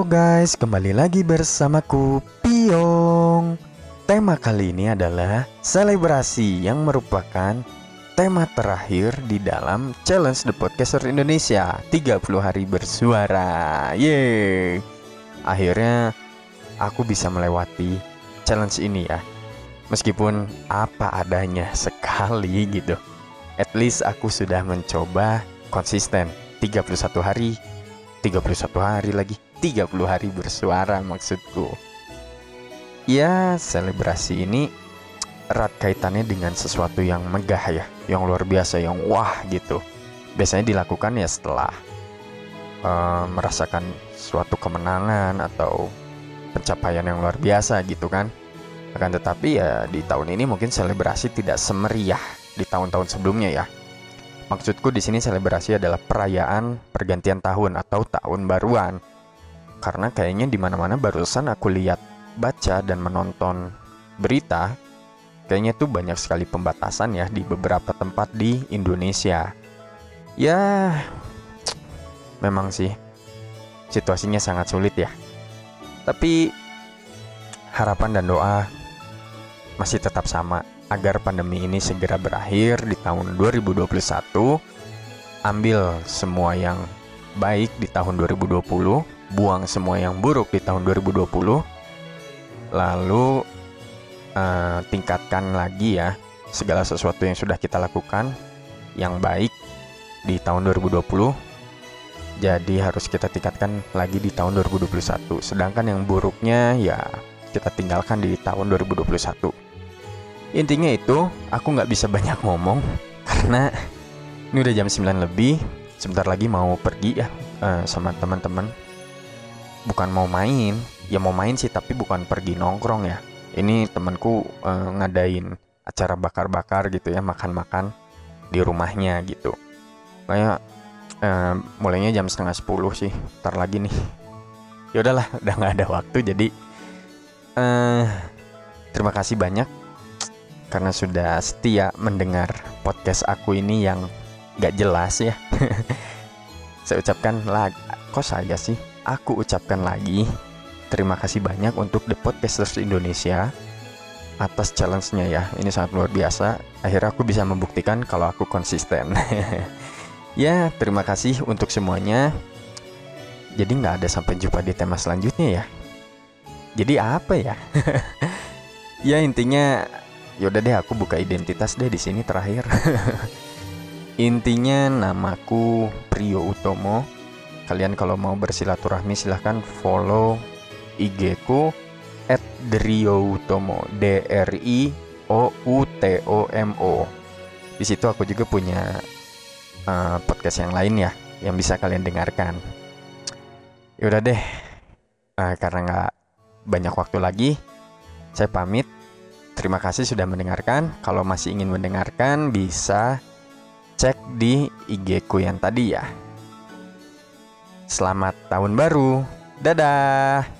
guys, kembali lagi bersamaku Piong. Tema kali ini adalah selebrasi yang merupakan tema terakhir di dalam Challenge The Podcaster Indonesia 30 hari bersuara. Yeay. Akhirnya aku bisa melewati challenge ini ya. Meskipun apa adanya sekali gitu. At least aku sudah mencoba konsisten 31 hari lagi 30 hari bersuara maksudku. Ya, selebrasi ini erat kaitannya dengan sesuatu yang megah ya, yang luar biasa, yang wah gitu. Biasanya dilakukan ya setelah merasakan suatu kemenangan atau pencapaian yang luar biasa gitu kan. Akan tetapi ya di tahun ini mungkin selebrasi tidak semeriah di tahun-tahun sebelumnya ya. Maksudku di sini selebrasi adalah perayaan pergantian tahun atau tahun baruan. Karena kayaknya di mana-mana barusan aku lihat, baca dan menonton berita, kayaknya tuh banyak sekali pembatasan ya di beberapa tempat di Indonesia. Ya, memang sih situasinya sangat sulit ya. Tapi harapan dan doa masih tetap sama, agar pandemi ini segera berakhir di tahun 2021. Ambil semua yang baik di tahun 2020, buang semua yang buruk di tahun 2020. Lalu tingkatkan lagi ya segala sesuatu yang sudah kita lakukan yang baik di tahun 2020. Jadi harus kita tingkatkan lagi di tahun 2021. Sedangkan yang buruknya ya kita tinggalkan di tahun 2021. Intinya itu, aku gak bisa banyak ngomong karena ini udah jam 9 lebih. Sebentar lagi mau pergi ya sama teman-teman. Bukan mau main, ya mau main sih tapi bukan pergi nongkrong ya. Ini temanku ngadain acara bakar-bakar gitu ya, makan-makan di rumahnya gitu. Kayak mulainya jam 9:30 sih, ntar lagi nih. Ya udahlah, udah gak ada waktu jadi terima kasih banyak karena sudah setia mendengar podcast aku ini yang gak jelas ya. Saya ucapkan lagi, aku ucapkan lagi terima kasih banyak untuk The Podcasters Indonesia atas challenge-nya ya. Ini sangat luar biasa. Akhirnya aku bisa membuktikan kalau aku konsisten. Ya, terima kasih untuk semuanya. Jadi gak ada sampai jumpa di tema selanjutnya ya. Jadi apa ya? Ya intinya yaudah deh, aku buka identitas deh di sini terakhir. Intinya namaku Prio Utomo. Kalian kalau mau bersilaturahmi silahkan follow IG-ku @drioutomo, DRIOUTOMO. Di situ aku juga punya podcast yang lain ya, yang bisa kalian dengarkan. Yaudah deh, karena nggak banyak waktu lagi, saya pamit. Terima kasih sudah mendengarkan. Kalau masih ingin mendengarkan bisa cek di IG-ku yang tadi ya. Selamat tahun baru. Dadah.